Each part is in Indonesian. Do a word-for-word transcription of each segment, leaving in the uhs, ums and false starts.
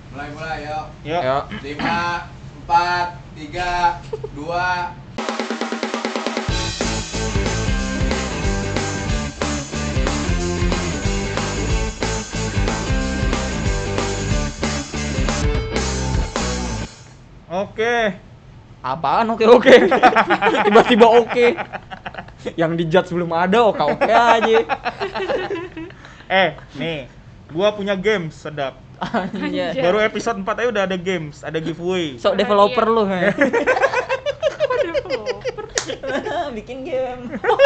Mulai mulai yuk. Yuk. Yuk. Lima, empat, tiga, dua. Oke. Apaan oke oke? Tiba-tiba oke. Yang dijudge belum ada oke oke aja. Eh, nih. Gua punya games sedap. Anjay. Baru episode empat aja udah ada games, ada giveaway. Sok developer lu. he. Kok developer? Bikin game.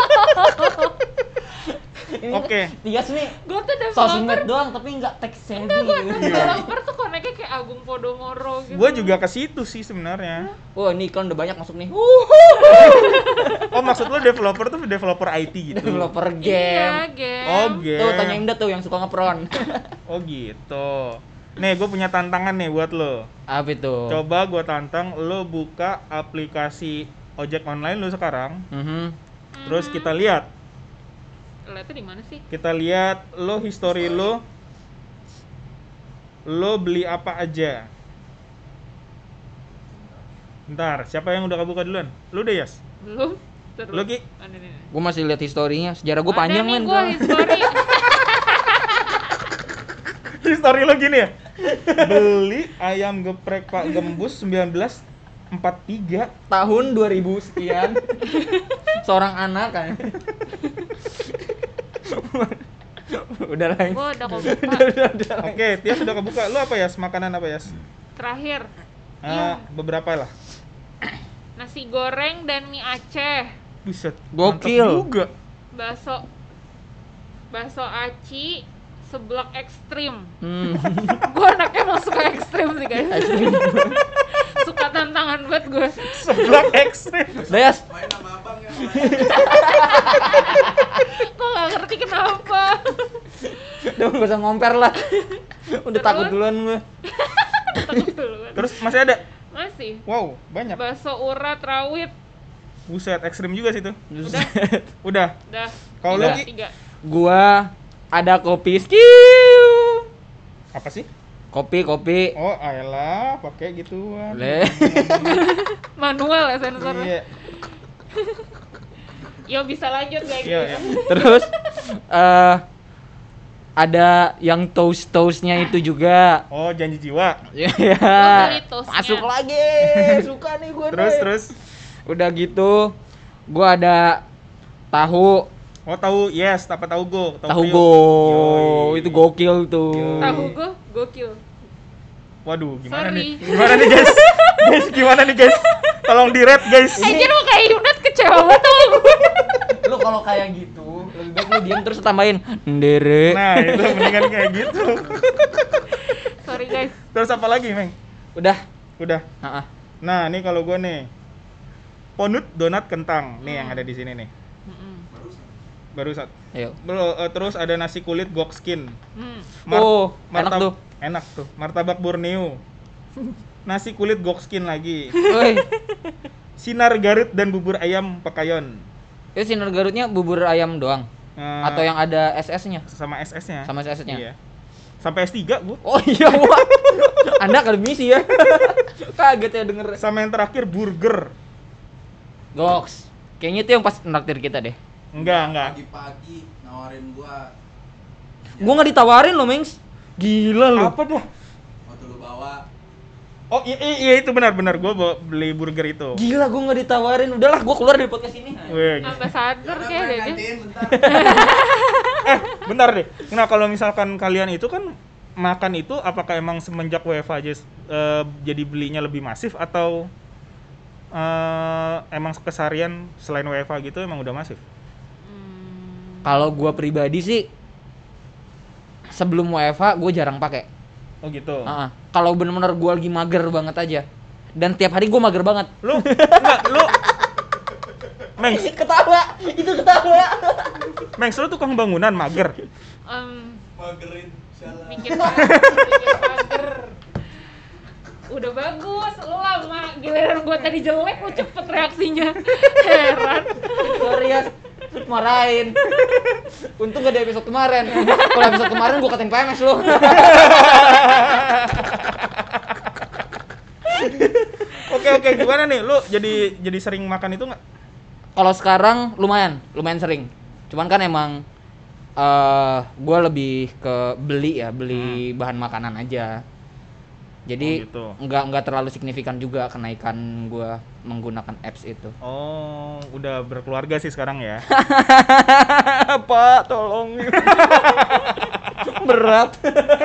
Ini Oke. Tias nih Gue tuh sosmed developer. doang tapi nggak tech savvy. Enggak, gue gitu. developer tuh koneknya kayak Agung Podomoro gitu. Gua juga ke situ sih sebenarnya. Wah, ini iklan udah banyak masuk nih. Oh, maksud lu developer tuh developer I T gitu. Developer Iya, game. game. Oh, game. Tuh tanya Imda tuh yang suka ngepron. Oh, gitu. Nih, gue punya tantangan nih buat lo. Apa itu? Coba gua tantang lo buka aplikasi ojek online lo sekarang. Mhm. Terus kita lihat, Lihatnya di mana sih? kita lihat lo history lo. Lo beli apa aja? Bentar, siapa yang udah kebuka duluan? Lu deh, Yas. Belum. Terus. Lu, Ki? Ada nih. Gue masih lihat historinya. Sejarah gue Ada panjang nih men. gua soalnya. history. History lo gini ya? Beli ayam geprek Pak Gembus seribu sembilan ratus empat puluh tiga. Tahun dua ribu sekian. Seorang anak kan. Udah lah. Gua udah kok Udah, buka. udah, udah. Oke, Tias sudah kebuka. Lu apa, Yas? Makanan apa, Yas? Terakhir. Ah, Iya. beberapa lah. Nasi goreng dan mie Aceh. Buset. Gokil. mantap juga. Bakso. Bakso aci seblak ekstrim. Hmm. Gue anaknya emang suka ekstrim sih guys. Suka tantangan buat gue. Seblak ekstrim. Dayas, Main sama abang ya. Kok gak ngerti kenapa. udah gak usah ngomper lah. Udah Terus? takut duluan gue. Takut duluan. Terus masih ada? Masih. Wow, banyak. Bakso urat rawit. Buset, ekstrim juga sih itu. Udah. Udah. Udah. Kalau Tiga, lu, Ki? tiga. Gua ada kopi skill. Apa sih? Kopi, kopi. Oh, ayolah, pakai gituan. Le. Manual ya sensornya. Iya. Yo bisa lanjut guys. Iya, iya. Terus eh ada yang toast-toastnya itu juga. Oh, janji jiwa. Ya. beli toastnya. Masuk lagi. Suka nih gue. Terus, terus. Udah gitu, gua ada tahu, Oh, tahu, yes, apa tahu go? tahu Priok. go. Yoi. Itu gokil tuh. Yoi. Tahu gue gokil. Waduh, gimana Sorry. nih? Gimana nih, guys? Guys, gimana nih, guys? Tolong di-rate, guys. Anjir lu kayak Yunat kecewa banget sama gue. Lu kalau kayak gitu, lebih baik lu diam terus tambahin ndere. Nah, itu mendingan kayak gitu. Sorry guys. Terus apa lagi, Meng? Udah. Udah. Heeh. Nah, nih kalau gua nih. Ponut donat kentang. Nih yang ada di sini nih. Mm-mm. Baru satu. Ayo. Bro, eh, terus ada nasi kulit gok skin. Hmm. Oh, enak tuh. Enak tuh. Martabak Borneo. Nasi kulit gok skin lagi. Woi, Sinar Garut dan bubur ayam Pekayon. itu sinar Garutnya bubur ayam doang Eh, atau yang ada S S-nya? sama S S-nya. Sama S S-nya. Iya. Sampai S tiga gua. Oh iya, wah. Anda akademisi ya. Kaget ya denger. Sama yang terakhir burger. Goks. Kayaknya itu yang pas naktir kita deh. Enggak, enggak. Pagi-pagi nawarin gua. Gua nggak ditawarin loh, Mengs. Gila lu. Apa dah? Waktu lu bawa. Oh iya, iya, iya, itu benar-benar gua bawa beli burger itu. Gila, gua nggak ditawarin. Udahlah, gua keluar dari podcast ini. Wih, Ambasador Yaudah, kayak gua deh dia. gantiin bentar. eh, bentar deh. Nah, kalau misalkan kalian itu kan makan itu apakah emang semenjak W F H aja eh, jadi belinya lebih masif atau eh, emang keseharian selain W F H gitu emang udah masif? Hmm. Kalau gua pribadi sih sebelum W F H gua jarang pakai. Oh gitu. Heeh. Kalau bener-bener gua lagi mager banget aja. Dan tiap hari gua mager banget. Lu enggak lu Mengs, Ketawa, itu ketawa. Mengs lu tukang bangunan mager. Em, Magerin. Salah. bikin pager, bikin pager. Udah bagus, lu lama. Giliran gua tadi jelek, lu cepet reaksinya. Heran. Sorry ya, marahin. Untung gak ada episode kemarin. Kalau episode kemarin gua katain P M S lu. Oke oke, gimana nih? Lu jadi jadi sering makan itu nggak? Kalau sekarang lumayan, lumayan sering. Cuman kan emang eh gue lebih ke beli ya, beli bahan makanan aja. Jadi Oh, gitu. nggak nggak terlalu signifikan juga kenaikan gue menggunakan apps itu. Oh, udah berkeluarga sih sekarang ya. Pak, tolong. Berat.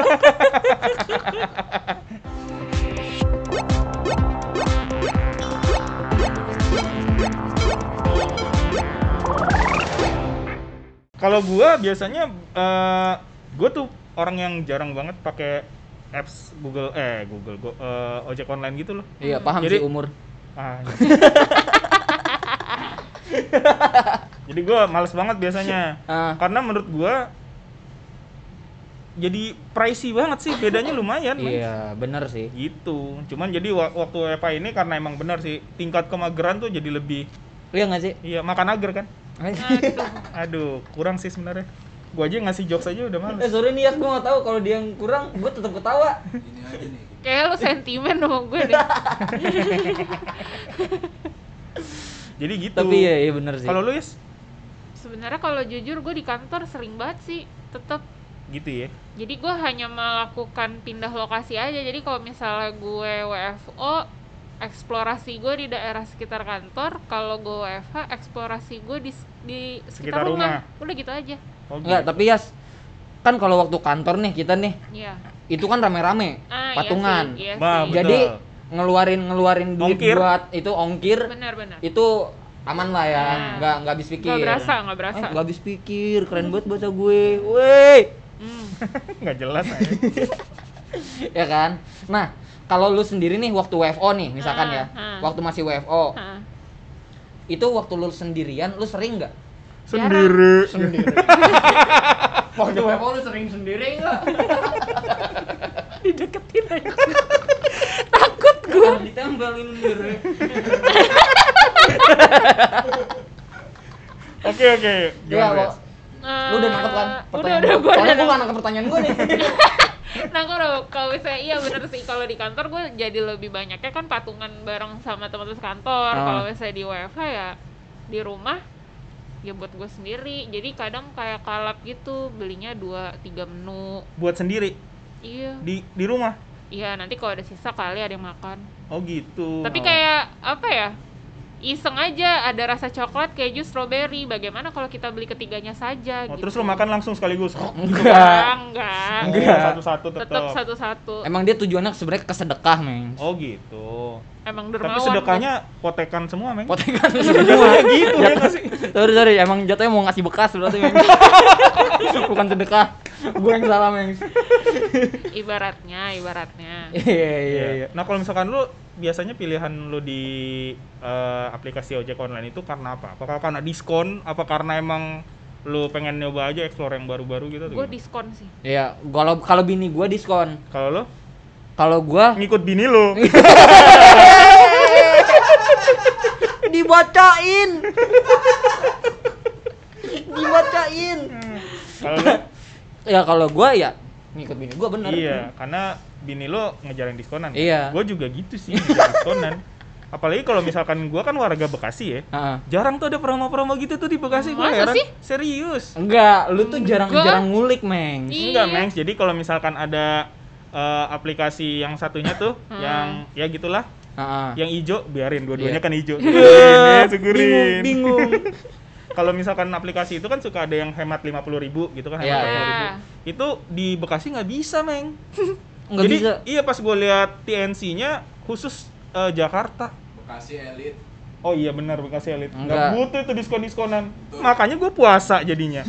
Kalau gua biasanya eh gua tuh orang yang jarang banget pakai apps Google eh Google go, eh, ojek online gitu loh. Iya, paham Jadi- sih umur. Ah. Jadi gua males banget biasanya. Ah. Karena menurut gua jadi pricey banget sih, bedanya lumayan. Men. Iya, bener sih. Gitu. Cuman jadi wa- waktu W F H ini karena emang benar sih tingkat kemageran tuh jadi lebih Iya nggak sih? iya makan agar kan. Aduh. Aduh, kurang sih sebenarnya. Gua aja ngasih jokes aja udah Eh males. sorry nih ya, gue nggak tahu kalau dia yang kurang, gue tetap ketawa. Ini aja nih. Kayak lu sentimen sama gue deh. Jadi gitu. Tapi iya, iya bener sih. Kalau lu Yus? Sebenarnya kalau jujur gue di kantor sering banget sih tetap. Gitu ya. Jadi gue hanya melakukan pindah lokasi aja. Jadi kalau misalnya gue W F O, eksplorasi gue di daerah sekitar kantor. Kalau gue W F H, eksplorasi gue di di Sekitar sekitar, rumah. rumah. Udah gitu aja. Oh, Enggak, gitu. tapi Yas, kan kalau waktu kantor nih kita nih, Iya. itu kan rame-rame, Ah, patungan. Iya sih, iya Bah, sih. Jadi Betul. ngeluarin ngeluarin duit Ongkir. buat itu ongkir, Benar-benar. itu aman lah ya, Nah. nggak nggak habis pikir. Nggak berasa, nggak berasa. Eh, nggak habis pikir, keren banget bahasa gue, weh, Hmm. Nggak jelas aja. ya kan? Nah, kalau lu sendiri nih waktu W F O nih, misalkan Ah, ya, ah. waktu masih W F O, Hah. itu waktu lu sendirian, lu sering nggak? Sendiri. Sendiri. Waktu W F O lu sering sendiri nggak? Dideketin aja. Takut gue. Ah, ditembelin sendiri. Oke oke. Iya, Gimana, Wak. Yus? Lu udah nangkep kan? Udah, Pertanyaan udah, gua. gue Soalnya udah gua nggak nangkep pertanyaan gua nih. Nah, kalau kalau misalnya iya bener sih, kalau di kantor gue jadi lebih banyaknya kan patungan bareng sama teman-teman kantor. Ah. Kalau misalnya di W F H ya di rumah ya buat gue sendiri. Jadi kadang kayak kalap gitu, belinya dua tiga menu. Buat sendiri Iya. di di rumah. Iya, nanti kalau ada sisa kali ada yang makan. Oh gitu. Tapi kayak apa ya? Iseng aja, ada rasa coklat, keju, strawberry. Bagaimana kalau kita beli ketiganya saja Oh, gitu. terus lu makan langsung sekaligus. Enggak. Enggak. Enggak. Oh, satu-satu Tetap tetap. satu-satu. Emang dia tujuannya sebenarnya kesedekah, Meng. Oh gitu. Emang Tapi dermawan. sedekahnya potekan semua, Meng. Potekan Jatuhnya semua. gitu ya nggak sih? Sorry, sorry, emang jatuhnya mau ngasih bekas berarti, Meng. Bukan sedekah. Gue yang salah, Meng. Ibaratnya, ibaratnya. Iya, iya, iya. Nah, kalau misalkan lu biasanya pilihan lu di eh, aplikasi ojek online itu karena apa? Apakah karena diskon? Apa karena emang lu pengen nyoba aja explore yang baru-baru gitu? atau Gue gimana? diskon sih. Iya, kalau kalau bini gue diskon. Kalau lu Kalau gua ngikut bini lu. dibacain. Dibacain. Kalau lu Ya kalau gua ya ngikut bini gua bener. iya, karena bini lu ngejarin diskonan. Iya. Gue juga gitu sih, ngejar diskonan. Apalagi kalau misalkan gua kan warga Bekasi ya. Heeh. Jarang tuh ada promo-promo gitu tuh di Bekasi, gua Masa heran. sih? Serius. Enggak, lu tuh jarang-jarang Enggak. ngulik, Meng. Iya. Enggak, Mengs. Jadi kalau misalkan ada eh, aplikasi yang satunya tuh Hmm. yang ya gitulah, Heeh. yang hijau biarin dua-duanya Iya. kan hijau. Iya, Syukurin, ya, syukurin. bingung, bingung. Kalau misalkan aplikasi itu kan suka ada yang hemat lima puluh ribu gitu kan, hemat Iya, lima puluh ribu. iya. Itu di Bekasi nggak bisa, Meng. Enggak Jadi bisa. iya pas gue lihat T N C-nya khusus eh, Jakarta. Bekasi elit. Oh iya benar Bekasi elit. Nggak Enggak. butuh itu diskon-diskonan. Betul. Makanya gue puasa jadinya.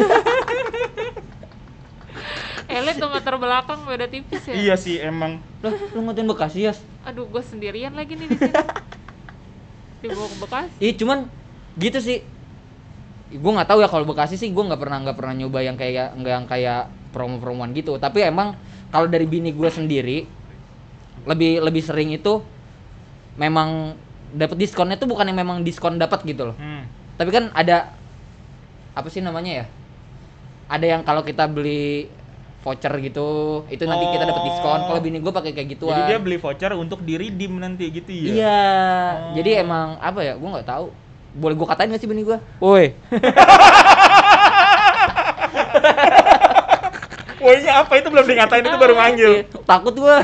Elit sama terbelakang beda tipis ya. Iya sih emang. Lah, lu ngatain Bekasi, Yas? Aduh, gue sendirian lagi nih di sini. Dibawa ke Bekasi. Iya, cuman gitu sih. Gue nggak tahu ya kalau Bekasi sih, gue nggak pernah nggak pernah nyoba yang kayak nggak yang kayak promo-promoan gitu. Tapi emang kalau dari bini gue sendiri lebih lebih sering itu memang dapat diskonnya tuh bukan yang memang diskon dapat gitu loh. Hmm. Tapi kan ada apa sih namanya ya? Ada yang kalau kita beli voucher gitu. Itu nanti kita dapat diskon. Kalau bini gue pakai kayak gituan. Jadi dia beli voucher untuk di redeem nanti gitu ya. Iya. Oh. Jadi emang apa ya? Gue nggak tahu. Boleh gue katain nggak sih bini gue? Woi. Woynya apa itu belum dikatain itu baru manggil. Takut gue.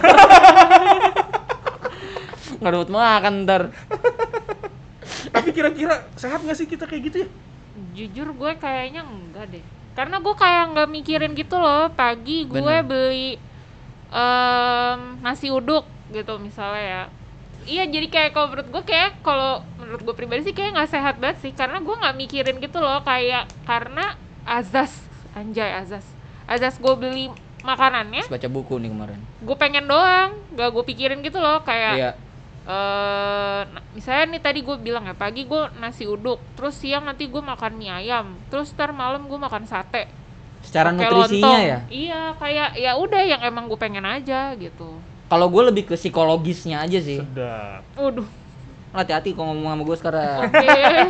Nggak dapat makan ntar. Tapi kira-kira sehat nggak sih kita kayak gitu ya? Jujur gue kayaknya enggak deh. Karena gue kayak nggak mikirin gitu loh. Pagi gue Bener. beli em, nasi uduk gitu misalnya ya. Iya, jadi kayak kalau menurut gue kayak kalau menurut gue pribadi sih kayak nggak sehat banget sih. Karena gue nggak mikirin gitu loh, kayak karena azas, anjay azas, azas gue beli makanannya, Terus baca buku nih kemarin. gue pengen doang, gak gue pikirin gitu loh kayak. Iya. eh nah, misalnya nih tadi gue bilang ya, pagi gue nasi uduk, terus siang nanti gue makan mie ayam, terus ntar malam gue makan sate. Secara pakai nutrisinya lontong. ya. Iya, kayak ya udah yang emang gue pengen aja gitu. Kalau gue lebih ke psikologisnya aja sih. Sedap. Waduh, Hati-hati kalau ngomong sama gue sekarang. oke.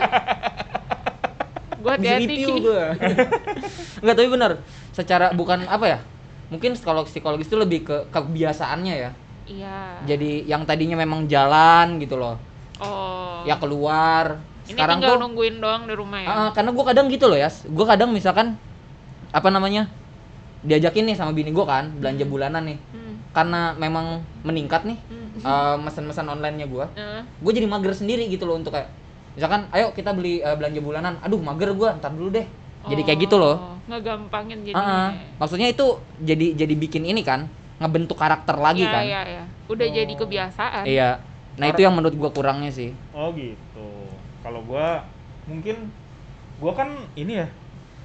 Gue hati-hati Review Ki. gue. Enggak, tapi bener. Secara bukan apa ya? Mungkin kalau psikologis itu lebih ke kebiasaannya ya. Iya. Jadi yang tadinya memang jalan gitu loh. Oh. Ya keluar. Ini Sekarang tinggal tuh nungguin doang di rumah ya. ah, karena gue kadang gitu loh ya. Gue kadang misalkan apa namanya? Diajakin nih sama bini gue kan belanja bulanan nih. Hmm. Karena memang meningkat nih Hmm. eh, mesen-mesen online-nya gue. Nah, Gue jadi mager sendiri gitu loh untuk kayak misalkan ayo kita beli eh, belanja bulanan. Aduh mager gue, ntar dulu deh. Jadi kayak gitu loh. oh, ngegampangin Ah, jadinya. ah. Maksudnya itu jadi jadi bikin ini kan ngebentuk karakter lagi Iya, kan. Iya, iya. Udah Oh. jadi kebiasaan. Iya. Nah itu yang menurut gua kurangnya sih. Oh gitu. Kalau gua mungkin gua kan ini ya.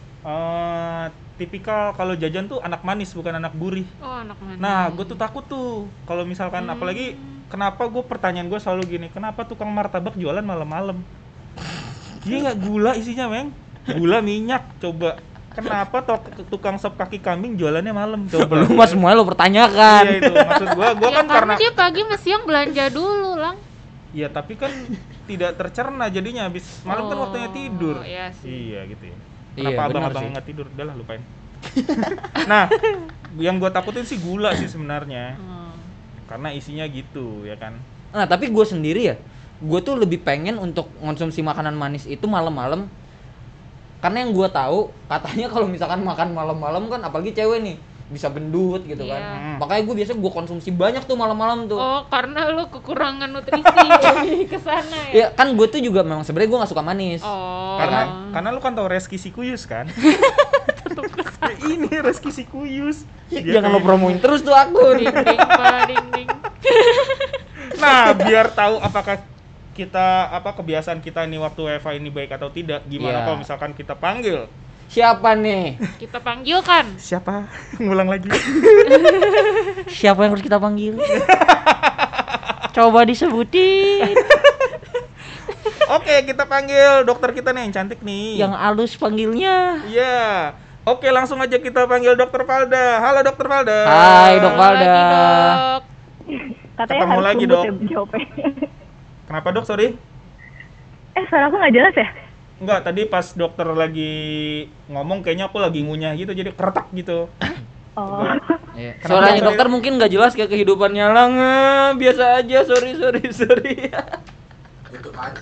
eh tipikal kalau jajan tuh anak manis bukan anak gurih. Oh, anak mana? Nah, gue tuh takut tuh kalau misalkan Hmm. apalagi kenapa gue pertanyaan gue selalu gini, kenapa tukang martabak jualan malam-malam? Dia nggak gula isinya, Meng. Gula minyak, coba. Kenapa tok- tukang sop kaki kambing jualannya malam? Coba. Lu mah semuanya lu pertanyakan. Iya itu, maksud gua, gua Ya, kan karena karena dia pagi sama siang belanja dulu, Lang. ya tapi kan tidak tercerna jadinya habis malam kan Oh, waktunya tidur. iya sih. Iya gitu ya. Iya, Kenapa benar abang-abang sih. nggak tidur? Udahlah lupain. Nah, yang gua takutin sih gula sih sebenarnya. Hmm. Karena isinya gitu, ya kan. Nah, tapi gue sendiri ya, gue tuh lebih pengen untuk konsumsi makanan manis itu malam-malam. Karena yang gue tahu, katanya kalau misalkan makan malam-malam kan, apalagi cewek nih, bisa gendut gitu kan. Iya. Hmm. Makanya gue biasanya gue konsumsi banyak tuh malam-malam tuh. Oh, karena lu kekurangan nutrisi jadi ke sana ya. Ya kan gue tuh juga memang sebenarnya gue nggak suka manis. Oh. Karena karena lu kan tahu Reski Sikuyus kan? Ya, ini Reski Sikuyus. Dia Jangan lo kayak- promoin terus tuh akun. ding ding pa, ding ding. Nah, biar tahu apakah kita apa kebiasaan kita ini waktu W F H ini baik atau tidak, gimana Iya. kalau misalkan kita panggil Siapa nih? Kita panggilkan. siapa? Ngulang lagi. Siapa yang harus kita panggil? Coba disebutin. Oke, kita panggil dokter kita nih yang cantik nih. Yang halus panggilnya. Iya. Oke, langsung aja kita panggil dokter Valda. Halo dokter Valda. Hai, Dok Halo Valda. lagi, Dok. Katanya Ketemu harus lagi, ngebut Dok. ya jawabnya. Kenapa dok? Sorry. Eh, suara aku nggak jelas ya? Enggak, tadi pas dokter lagi ngomong kayaknya aku lagi ngunyah gitu, jadi keretak gitu. Oh. Iya. Kenapa Suaranya sorry? dokter mungkin nggak jelas kayak kehidupannya lang. eh, Biasa aja, sorry sorry sorry. Tutup lagi.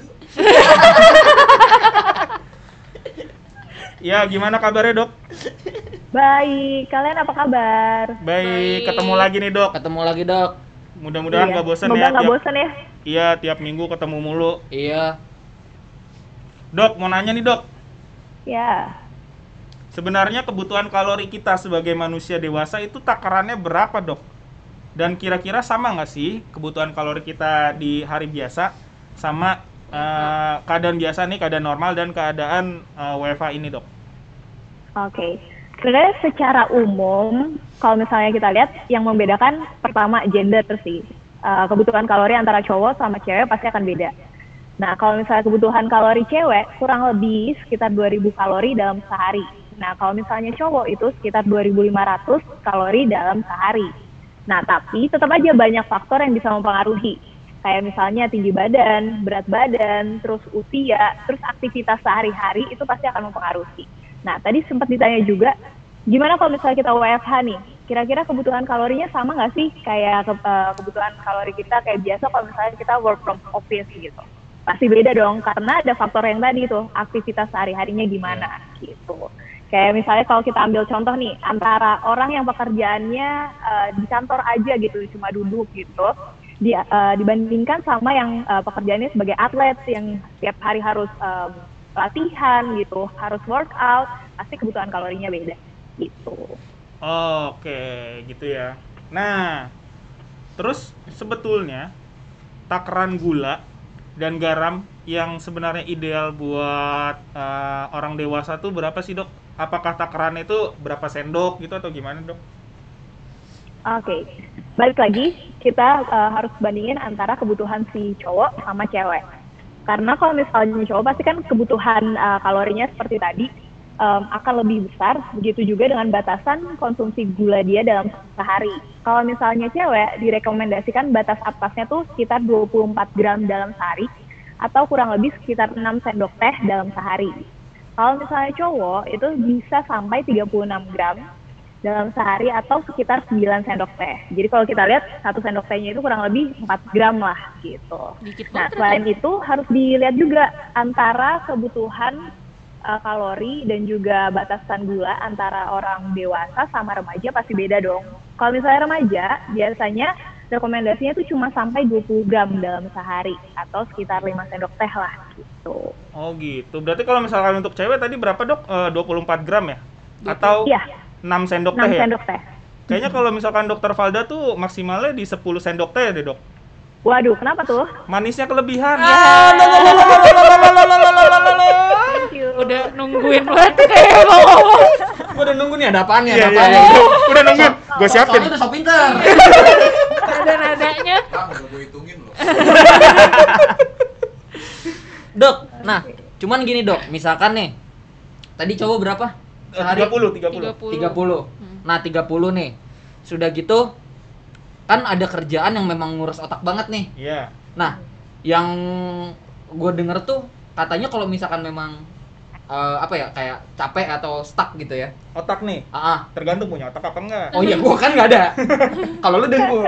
Ya, gimana kabarnya dok? Baik, kalian apa kabar? Baik, Baik. ketemu lagi nih dok. Ketemu lagi dok. Mudah-mudahan Iya. nggak bosan Semoga ya. nggak tiap- bosan ya. Iya, tiap minggu ketemu mulu. Iya. Dok, mau nanya nih dok. Ya. Sebenarnya kebutuhan kalori kita sebagai manusia dewasa itu takarannya berapa dok? Dan kira-kira sama nggak sih kebutuhan kalori kita di hari biasa sama eh, keadaan biasa nih, keadaan normal dan keadaan eh, W F H ini dok? Oke. Sebenarnya secara umum, kalau misalnya kita lihat, yang membedakan pertama gender sih. Eh, kebutuhan kalori antara cowok sama cewek pasti akan beda. Nah, kalau misalnya kebutuhan kalori cewek kurang lebih sekitar dua ribu kalori dalam sehari. Nah, kalau misalnya cowok itu sekitar dua ribu lima ratus kalori dalam sehari. Nah, tapi tetap aja banyak faktor yang bisa mempengaruhi. Kayak misalnya tinggi badan, berat badan, terus usia, terus aktivitas sehari-hari itu pasti akan mempengaruhi. Nah, tadi sempat ditanya juga, gimana kalau misalnya kita W F H nih? kira-kira kebutuhan kalorinya sama nggak sih kayak ke, uh, kebutuhan kalori kita kayak biasa kalau misalnya kita work from office gitu. Pasti beda dong, karena ada faktor yang tadi tuh, aktivitas sehari-harinya gimana gitu. Kayak misalnya kalau kita ambil contoh nih, antara orang yang pekerjaannya uh, di kantor aja gitu, cuma duduk gitu, di, uh, dibandingkan sama yang uh, pekerjaannya sebagai atlet yang tiap hari harus um, latihan gitu, harus workout, pasti kebutuhan kalorinya beda gitu. Oke, gitu ya. Nah, terus sebetulnya takaran gula dan garam yang sebenarnya ideal buat uh, orang dewasa tuh berapa sih, Dok? Apakah takarannya itu berapa sendok gitu atau gimana, Dok? Oke, okay. Balik lagi kita uh, harus bandingin antara kebutuhan si cowok sama cewek. Karena kalau misalnya cowok pasti kan kebutuhan uh, kalorinya seperti tadi um, akan lebih besar, begitu juga dengan batasan konsumsi gula dia dalam sehari. Kalau misalnya cewek direkomendasikan batas atasnya tuh sekitar dua puluh empat gram dalam sehari atau kurang lebih sekitar enam sendok teh dalam sehari. Kalau misalnya cowok itu bisa sampai tiga puluh enam gram dalam sehari atau sekitar sembilan sendok teh. Jadi kalau kita lihat satu sendok tehnya itu kurang lebih empat gram lah gitu. Dikit Nah, banget selain itu harus dilihat juga antara kebutuhan uh, kalori dan juga batasan gula antara orang dewasa sama remaja pasti beda dong. Kalau misalnya remaja, biasanya rekomendasinya itu cuma sampai dua puluh gram dalam sehari atau sekitar lima sendok teh lah gitu. Oh gitu. Berarti kalau misalkan untuk cewek tadi berapa, Dok? E, dua puluh empat gram ya? Atau Iya, enam sendok enam teh ya? sendok teh. Kayaknya kalau misalkan Dokter Valda tuh maksimalnya di sepuluh sendok teh deh, Dok. Waduh, kenapa tuh? Manisnya kelebihan. Thank you. Udah nungguin banget kayak mau ngomong. Gue udah nunggu nih ada apaan nih, Iya, ada iya, apaan iya. nih. Udah nungguin. Gue siapin. Soalnya udah sok pinter. Nada-nadanya. Bang, udah gue hitungin loh. Dok, nah cuman gini dok, misalkan nih tadi cowok berapa? Sehari? tiga puluh, tiga puluh. tiga puluh. Hmm. Nah tiga puluh nih, sudah gitu kan ada kerjaan yang memang ngurus otak banget nih. Iya. Nah, yang gue denger tuh katanya kalau misalkan memang uh, apa ya kayak capek atau stuck gitu ya. Otak nih. Ah, ah. Tergantung punya otak apa enggak. Oh iya, gue kan nggak ada. Kalau lu dengkul.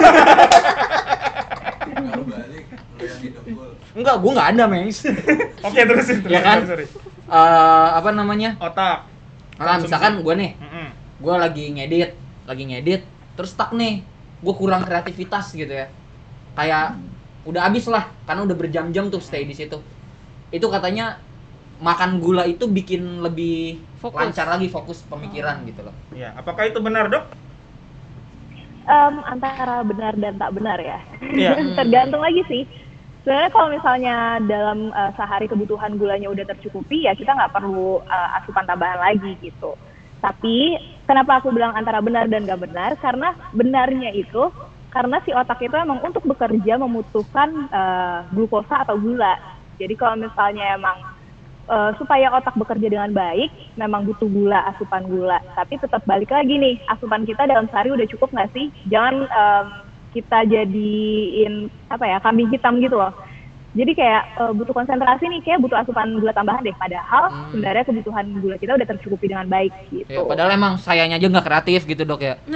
Nggak balik, lu yang didengkul. Enggak, gue nggak ada, Mengs. Oke, terusin. Ya kan? Sorry, sorry. Uh, apa namanya? Otak. Nah, misalkan gue nih, Mm-mm. gue lagi ngedit, lagi ngedit, terus stuck nih, gue kurang kreativitas gitu ya. Kayak udah abis lah, karena udah berjam-jam tuh stay di situ. Itu katanya makan gula itu bikin lebih Fokus. lancar lagi fokus pemikiran gitu loh. Ya, apakah itu benar, Dok? Um, antara benar dan tak benar ya. Iya. Tergantung lagi sih. Sebenarnya kalau misalnya dalam uh, sehari kebutuhan gulanya udah tercukupi ya kita nggak perlu uh, asupan tambahan lagi gitu. Tapi kenapa aku bilang antara benar dan nggak benar? Karena benarnya itu karena si otak itu emang untuk bekerja membutuhkan uh, glukosa atau gula. Jadi kalau misalnya emang uh, supaya otak bekerja dengan baik, memang butuh gula, asupan gula. Tapi tetap balik lagi nih, asupan kita dalam sehari udah cukup nggak sih? Jangan um, kita jadiin apa ya kambing hitam gitu loh. Jadi kayak uh, butuh konsentrasi nih, kayak butuh asupan gula tambahan deh. Padahal Hmm. sebenarnya kebutuhan gula kita udah tercukupi dengan baik gitu. Ya, padahal emang sayanya aja nggak kreatif gitu dok ya.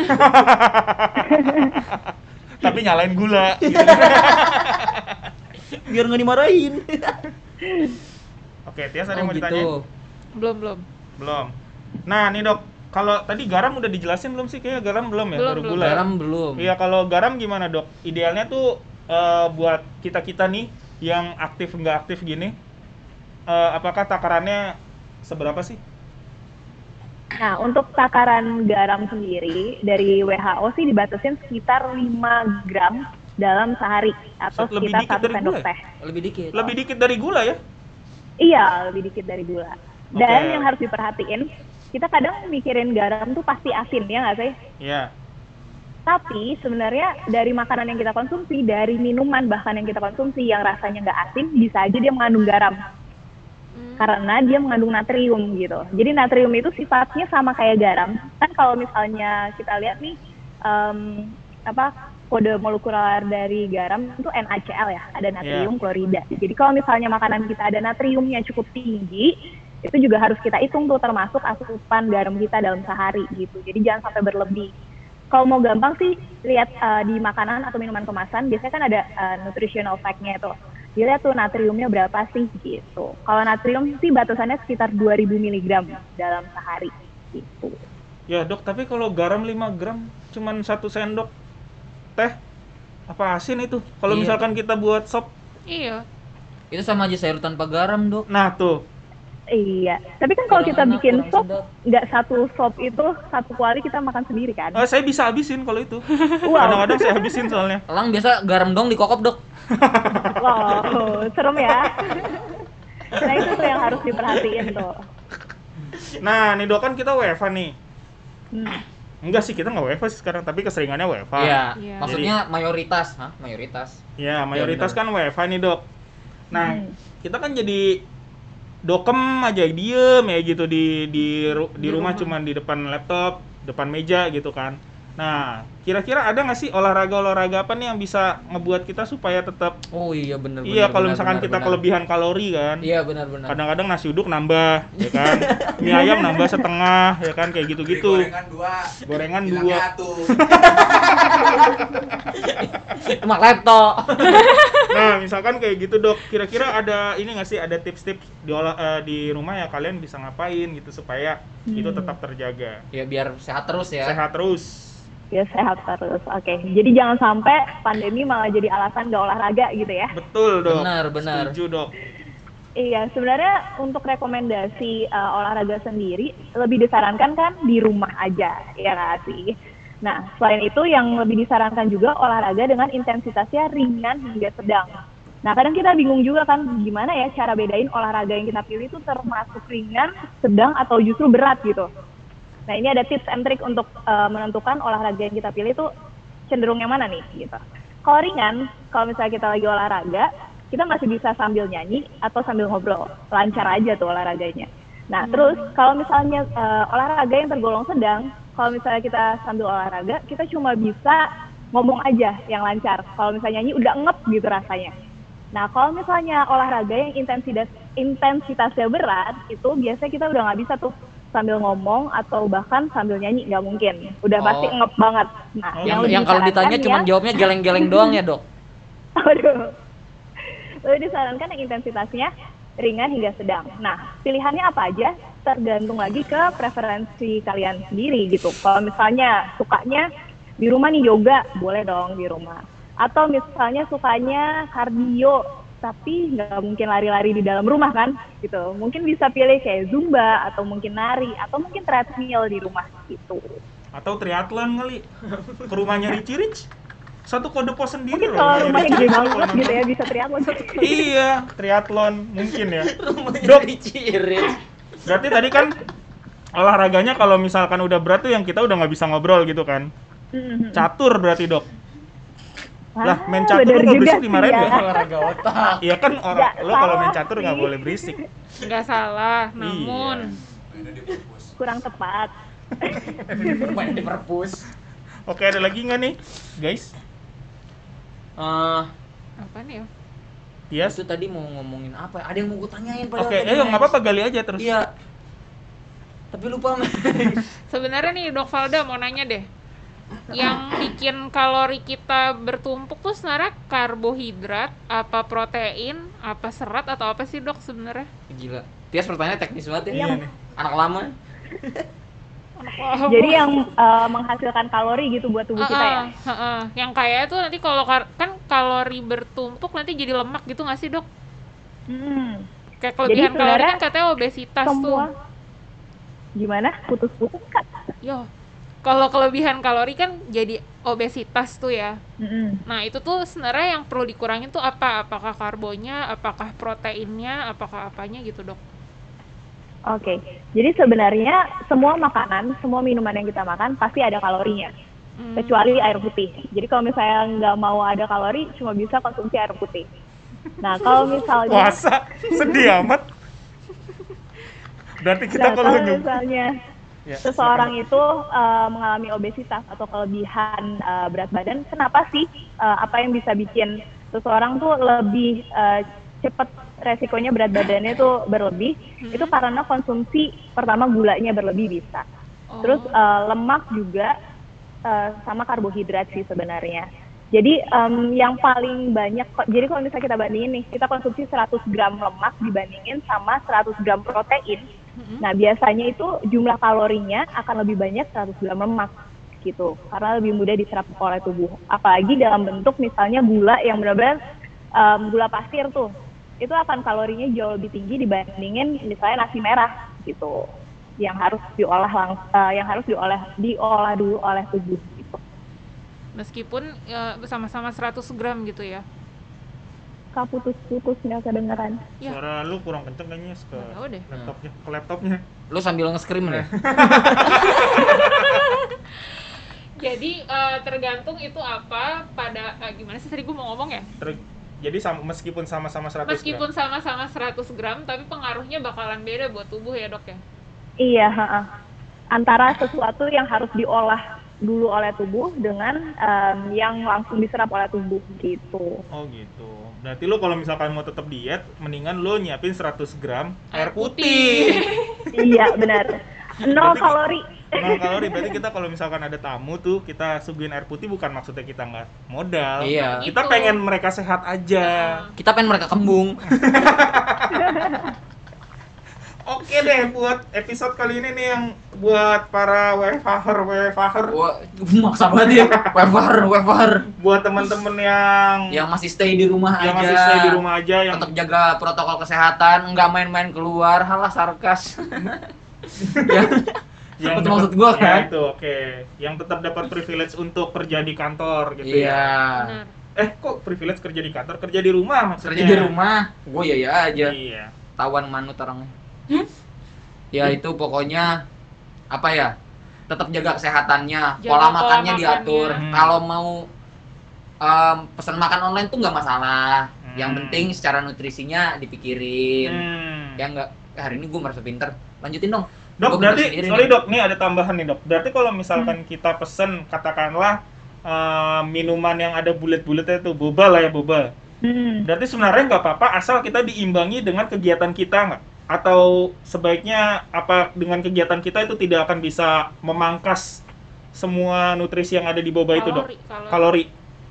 Tapi nyalain gula. gitu. Biar nggak dimarahin. Oke, Tias ada Oh yang mau ditanya? gitu. Belum, belum. Belum. Nah, nih, Dok. Kalau tadi garam udah dijelasin belum sih? Kayaknya garam belum ya, Belum, baru belum. gula. ya? Garam belum. Iya, kalau garam gimana, Dok? Idealnya tuh eh, buat kita-kita nih yang aktif nggak aktif gini, eh, apakah takarannya seberapa sih? Nah, untuk takaran garam sendiri dari W H O sih dibatasin sekitar lima gram dalam sehari atau Lebih sekitar dikit satu dari sendok gula ya? teh. Lebih dikit. Lebih dikit dari gula ya? Iya, lebih dikit dari gula. Dan Oke. yang harus diperhatiin, kita kadang mikirin garam tuh pasti asin, ya nggak sih? Iya. Tapi sebenarnya dari makanan yang kita konsumsi, dari minuman bahkan yang kita konsumsi yang rasanya nggak asin, bisa aja dia mengandung garam. Hmm. Karena dia mengandung natrium gitu. Jadi natrium itu sifatnya sama kayak garam. Kan kalau misalnya kita lihat nih, em, apa kode molekuler dari garam itu NaCl ya, ada natrium klorida. Jadi kalau misalnya makanan kita ada natriumnya cukup tinggi, itu juga harus kita hitung tuh termasuk asupan garam kita dalam sehari gitu. Jadi jangan sampai berlebih. kalau mau gampang sih lihat uh, di makanan atau minuman kemasan biasanya kan ada uh, nutritional fact-nya tuh. Dilihat tuh natriumnya berapa sih gitu. Kalau natrium sih batasannya sekitar dua ribu miligram dalam sehari gitu. Ya dok, tapi kalau garam lima gram cuman satu sendok teh, apa asin itu? Kalau Iya. misalkan kita buat sop, Iya. Itu sama aja sayur tanpa garam, Dok. nah tuh. Iya, tapi kan kalau Kurang kita enak, bikin kurang sop, sedap. nggak satu sop itu satu kuali kita makan sendiri kan? Eh, saya bisa habisin kalau itu. Wow. Kadang-kadang saya habisin soalnya. Elang biasa garam dong dikokop, Dok. Wow, serem ya. Nah itu tuh yang harus diperhatiin tuh. Nah, nih dok kan kita W F H nih. Hmm. Enggak sih, kita nggak W F H sih sekarang, tapi keseringannya W F H. Iya. Iya. Maksudnya mayoritas, hah? Mayoritas. Ya, mayoritas benar. kan W F H nih dok. Nah, Hmm. kita kan jadi dokem aja diem ya gitu di di ru- di, Di rumah, rumah. cuman di depan laptop, depan meja gitu kan. Nah, kira-kira ada nggak sih olahraga-olahraga apa nih yang bisa ngebuat kita supaya tetap Oh iya benar iya benar, kalau benar, misalkan benar, kita benar. kelebihan kalori kan. Iya benar-benar. Kadang-kadang nasi uduk nambah, ya kan. Mie ayam nambah setengah, ya kan kayak Beli gitu-gitu. gorengan dua. Gorengan Bilangnya dua. atuh. Cuma laptop. Nah, misalkan kayak gitu dok, kira-kira ada ini nggak sih, ada tips-tips di olah eh, di rumah ya kalian bisa ngapain gitu supaya itu Hmm. tetap terjaga, Ya biar sehat terus ya. sehat terus. Ya sehat terus. Oke, jadi jangan sampai pandemi malah jadi alasan nggak olahraga gitu ya. Betul dok. Benar, benar. Setuju dok. Iya, sebenarnya untuk rekomendasi uh, olahraga sendiri lebih disarankan kan di rumah aja, ya nggak sih? Nah, selain itu yang lebih disarankan juga olahraga dengan intensitasnya ringan hingga sedang. Nah, kadang kita bingung juga kan gimana ya cara bedain olahraga yang kita pilih itu termasuk ringan, sedang, atau justru berat gitu. Nah, ini ada tips and trick untuk uh, menentukan olahraga yang kita pilih itu cenderung yang mana nih gitu. Kalau ringan, kalau misalnya kita lagi olahraga, kita masih bisa sambil nyanyi atau sambil ngobrol, lancar aja tuh olahraganya. Nah, terus kalau misalnya uh, olahraga yang tergolong sedang, kalau misalnya kita sambil olahraga, kita cuma bisa ngomong aja yang lancar. Kalau misalnya nyanyi udah ngep gitu rasanya. Nah, kalau misalnya olahraga yang intensitas intensitasnya berat, itu biasanya kita udah nggak bisa tuh sambil ngomong atau bahkan sambil nyanyi, nggak mungkin. Udah Oh. pasti ngep banget. Nah, Oh, Yang lebih yang kalau disarankan ditanya cuma yang- jawabnya geleng-geleng doang ya, Dok. Aduh. Lebih disarankan yang intensitasnya ringan hingga sedang. Nah, pilihannya apa aja tergantung lagi ke preferensi kalian sendiri gitu. Kalau misalnya sukanya di rumah nih yoga, boleh dong di rumah. Atau misalnya sukanya kardio, tapi nggak mungkin lari-lari di dalam rumah kan gitu. Mungkin bisa pilih kayak zumba atau mungkin nari atau mungkin treadmill di rumah gitu. Atau triathlon kali, ke rumahnya Richie Rich. Satu kode pos sendiri Mungkin loh. kalau rumahnya rumahnya Richie gede Rich kalau banget gitu nonton. ya bisa triathlon. Iya, triathlon mungkin ya. Rumahnya Dok. dicirit. Berarti tadi kan olahraganya kalau misalkan udah berat tuh yang kita udah nggak bisa ngobrol gitu kan. Mhm. Catur berarti dok. Lah, main Ah, catur bener nggak juga berisik sih dimarahin ya. nggak? Olahraga otak. Iya kan orang Nggak lo kalau main salah catur nggak sih. boleh berisik. Nggak salah, namun Mainnya di purpose. Kurang tepat. Main di perpus. Oke, ada lagi nggak nih, guys? Eh, apa nih ya? Yes. itu tadi mau ngomongin apa? Ada yang mau gue tanyain padahal Oke, tadi, ayo Max. nggak apa-apa gali aja terus. Iya. Tapi lupa, Max. Sebenarnya nih Dok Valda mau nanya deh. Yang bikin kalori kita bertumpuk tuh sebenarnya karbohidrat, apa protein, apa serat atau apa sih Dok sebenarnya? Gila. Tias pertanyaannya teknis banget ya. Iya nih. Anak lama. Jadi yang uh, menghasilkan kalori gitu buat tubuh kita ya. Heeh, heeh. Yang kayak tuh nanti kalau kar- kan kalori bertumpuk nanti jadi lemak gitu nggak sih Dok? Hmm. Kayak kelebihan Jadi kalori sebenarnya kan katanya obesitas Semua tuh. gimana? Putus-putus Kak? Yo, kalau kelebihan kalori kan jadi obesitas tuh ya. Mm-mm. Nah itu tuh sebenarnya yang perlu dikurangin tuh apa? Apakah karbonya, apakah proteinnya, apakah apanya gitu Dok? Oke, jadi sebenarnya semua makanan, semua minuman yang kita makan pasti ada kalorinya, Hmm. kecuali air putih. Jadi kalau misalnya nggak mau ada kalori, cuma bisa konsumsi air putih. Nah kalau misalnya, Puasa, sedih amat. Berarti kita nah, kalau kalau nyum- misalnya Ya, seseorang itu uh, mengalami obesitas atau kelebihan uh, berat badan, kenapa sih? Uh, apa yang bisa bikin seseorang tuh lebih uh, cepat resikonya berat badannya tuh berlebih? Hmm. Itu karena konsumsi pertama gulanya berlebih bisa. Oh. Terus uh, lemak juga uh, sama karbohidrat sih sebenarnya. Jadi um, yang paling banyak, jadi kalau misalnya kita bandingin nih, kita konsumsi seratus gram lemak dibandingin sama seratus gram protein. Nah biasanya itu jumlah kalorinya akan lebih banyak seratus gram lemak gitu, karena lebih mudah diserap oleh tubuh. Apalagi dalam bentuk misalnya gula yang benar-benar um, gula pasir tuh, itu akan kalorinya jauh lebih tinggi dibandingin misalnya nasi merah gitu, yang harus diolah lang- uh, yang harus diolah diolah dulu oleh tubuh gitu. Meskipun ya, sama-sama seratus gram gitu ya. Kak putus-putus nggak kedengeran. Ya. Suara lu kurang kenceng kayaknya ke Nggak tahu deh. laptopnya, ke laptopnya. Lu sambil nge-scream deh. Jadi uh, tergantung itu apa pada uh, gimana sih tadi gue mau ngomong ya? Ter- Jadi sam- meskipun sama-sama seratus Meskipun gram. sama-sama seratus gram tapi pengaruhnya bakalan beda buat tubuh ya, Dok ya. Iya, ha-ha. Antara sesuatu yang harus diolah dulu oleh tubuh dengan um, yang langsung diserap oleh tubuh gitu. Oh gitu. Berarti lu kalau misalkan mau tetap diet, mendingan lu nyiapin seratus gram air putih. Iya, benar. Nol Berarti- kalori. nol kalori. Berarti kita kalau misalkan ada tamu tuh, kita suguhin air putih bukan maksudnya kita nggak modal. Iya. Kita Gitu. pengen mereka sehat aja. Kita pengen mereka kembung. Oke deh, buat episode kali ini nih yang buat para W F H-er, W F H-er, Wah, maksa banget ya. Wevar, wevar. buat teman-teman yang Yang masih stay di rumah yang aja. masih stay di rumah aja, yang Tetap jaga protokol kesehatan, nggak main-main keluar. Halah sarkas. Ya. yang Itu maksud gua ya, kan. itu oke, yang tetap dapat privilege untuk kerja di kantor gitu Iya. ya. Benar. Eh kok privilege kerja di kantor, kerja di rumah maksudnya? Kerja di rumah, gue ya ya aja. Iya. Tawan manut orangnya. Ya itu pokoknya apa ya? Tetap jaga kesehatannya, Jaga pola pola makannya makannya. diatur. Hmm. Kalau mau em, pesan makan online tuh nggak masalah. Hmm. Yang penting secara nutrisinya dipikirin. Hmm. Ya nggak, eh, hari ini gue merasa pinter. Lanjutin dong. Dok, Gua berarti pinter sendiri sorry nih. dok, nih ada tambahan nih dok. Berarti kalau misalkan kita pesen katakanlah eh, minuman yang ada bulet-buletnya tuh, boba lah ya boba. Hmm. Berarti sebenarnya nggak apa-apa asal kita diimbangi dengan kegiatan kita nggak? Atau sebaiknya apa dengan kegiatan kita itu tidak akan bisa memangkas semua nutrisi yang ada di boba itu dok? Kalori, kalori. Kalori.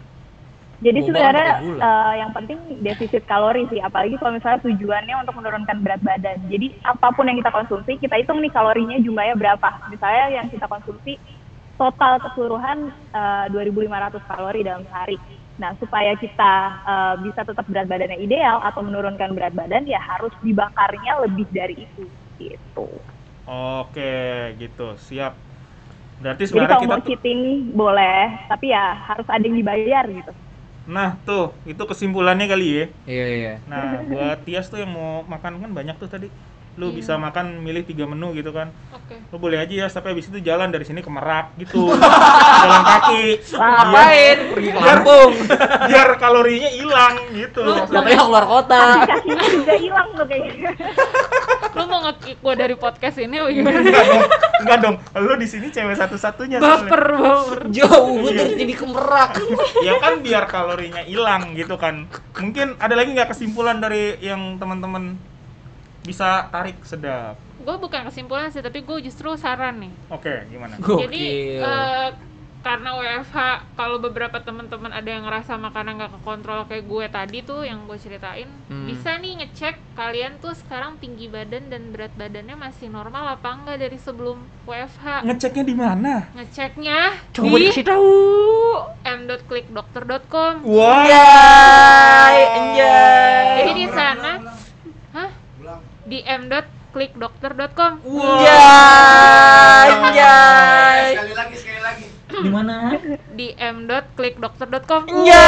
Jadi Boba sebenarnya pakai gula. eh, yang penting defisit kalori sih, apalagi kalau misalnya tujuannya untuk menurunkan berat badan. Jadi apapun yang kita konsumsi, kita hitung nih kalorinya jumlahnya berapa. Misalnya yang kita konsumsi total keseluruhan eh, dua ribu lima ratus kalori dalam sehari. Nah, supaya kita eh, bisa tetap berat badannya ideal atau menurunkan berat badan, ya harus dibakarnya lebih dari itu. Gitu. Oke, gitu. Siap. Berarti Jadi sebenarnya kalau kita mau cheating boleh, tapi ya harus ada yang dibayar gitu. Nah, tuh, itu kesimpulannya kali ya. Iya iya. Nah, buat Tias tuh yang mau makan kan banyak tuh tadi. Lu Iya. bisa makan milih tiga menu gitu kan. Oke. Lu boleh aja ya, tapi habis itu jalan dari sini ke Merak gitu. Jalan kaki. Ngapain? Pergi ke Lampung. Biar kalorinya hilang gitu. Makanya keluar kota. Kasihnya juga hilang tuh kayaknya. Lu mau nge-kick gua dari podcast ini apa gimana? Enggak dong. Enggak dong. Lu di sini cewek satu-satunya soalnya. Baper, baper. Jauh gue dari sini ke Merak. Ya kan biar kalorinya hilang gitu kan. Mungkin ada lagi nggak kesimpulan dari yang teman-teman bisa tarik sedap? Gue bukan kesimpulan sih, tapi gue justru saran nih. Oke, gimana? Jadi Gokil. eh, karena W F H, kalau beberapa teman-teman ada yang ngerasa makanan nggak kekontrol kayak gue tadi tuh yang gue ceritain, Hmm. bisa nih ngecek kalian tuh sekarang tinggi badan dan berat badannya masih normal apa enggak dari sebelum W F H. Ngeceknya di mana? Ngeceknya Coba di dikasih tahu. m dot klik dokter dot com. Wah. Anjay, anjay. Jadi di sana, hah? Di m dot klik dokter dot com. Anjay, anjay. Sekali lagi, sekali lagi. Di mana? Di m dot klik dokter dot com.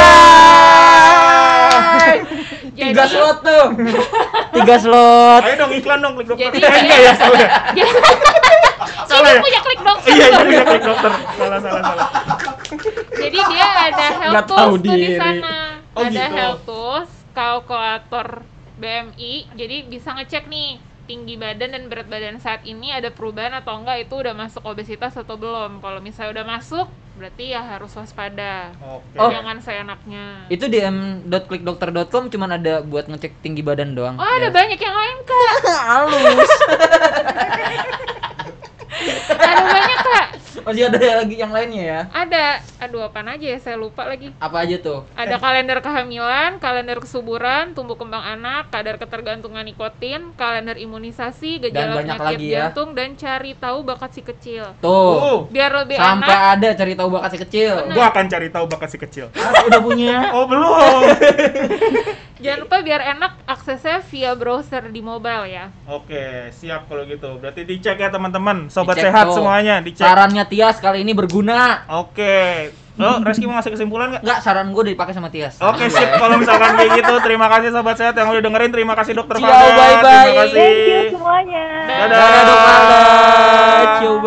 Anjay. Jadi- Tiga slot tuh. Tiga slot. Ayo dong iklan dong klik dokter. Jadi Eh, enggak ya, salah ya. Salah Ini ya? punya klik dokter. Iya, itu punya klik dokter. Salah, salah, salah. Jadi dia ada health Nggak tahu tools tuh di diri. sana. Oh, Ada gitu. health tools, kalkulator B M I. Jadi bisa ngecek nih tinggi badan dan berat badan saat ini ada perubahan atau enggak, itu udah masuk obesitas atau belum. Kalau misalnya udah masuk, berarti ya harus waspada. Oke. Oh. Jangan seenaknya. Itu di m dot klik dokter dot com cuman ada buat ngecek tinggi badan doang. Oh, ada Ya. banyak yang lain, Kak. Halus. Ada banyak, Kak. Masih ada lagi yang lainnya ya? Ada, aduh apaan aja ya, saya lupa lagi. Apa aja tuh? Ada kalender kehamilan, kalender kesuburan, tumbuh kembang anak, kadar ketergantungan nikotin, kalender imunisasi, Dan gejala banyak penyakit lagi ya. jantung, dan cari tahu bakat si kecil. Tuh. Oh, Biar lebih Sampai enak. ada cari tahu bakat si kecil. gua akan cari tahu bakat si kecil. Ah, udah punya. Oh, belum. Jangan lupa biar enak aksesnya via browser di mobile ya. Oke, siap kalau gitu. Berarti dicek ya teman-teman, sobat Dicek sehat tuh. semuanya, dicek. Sarannya Tias kali ini berguna. Oke. Lo, Reski mau ngasih kesimpulan nggak? Enggak, saran gue dipakai sama Tias. Oke, sip. Kalau misalkan kayak gitu, terima kasih sobat sehat yang udah dengerin. Terima kasih dokter Ciao, Fada. bye-bye. Terima kasih. Thank you semuanya. Dadah. Dadah, Dok Alda. Cium.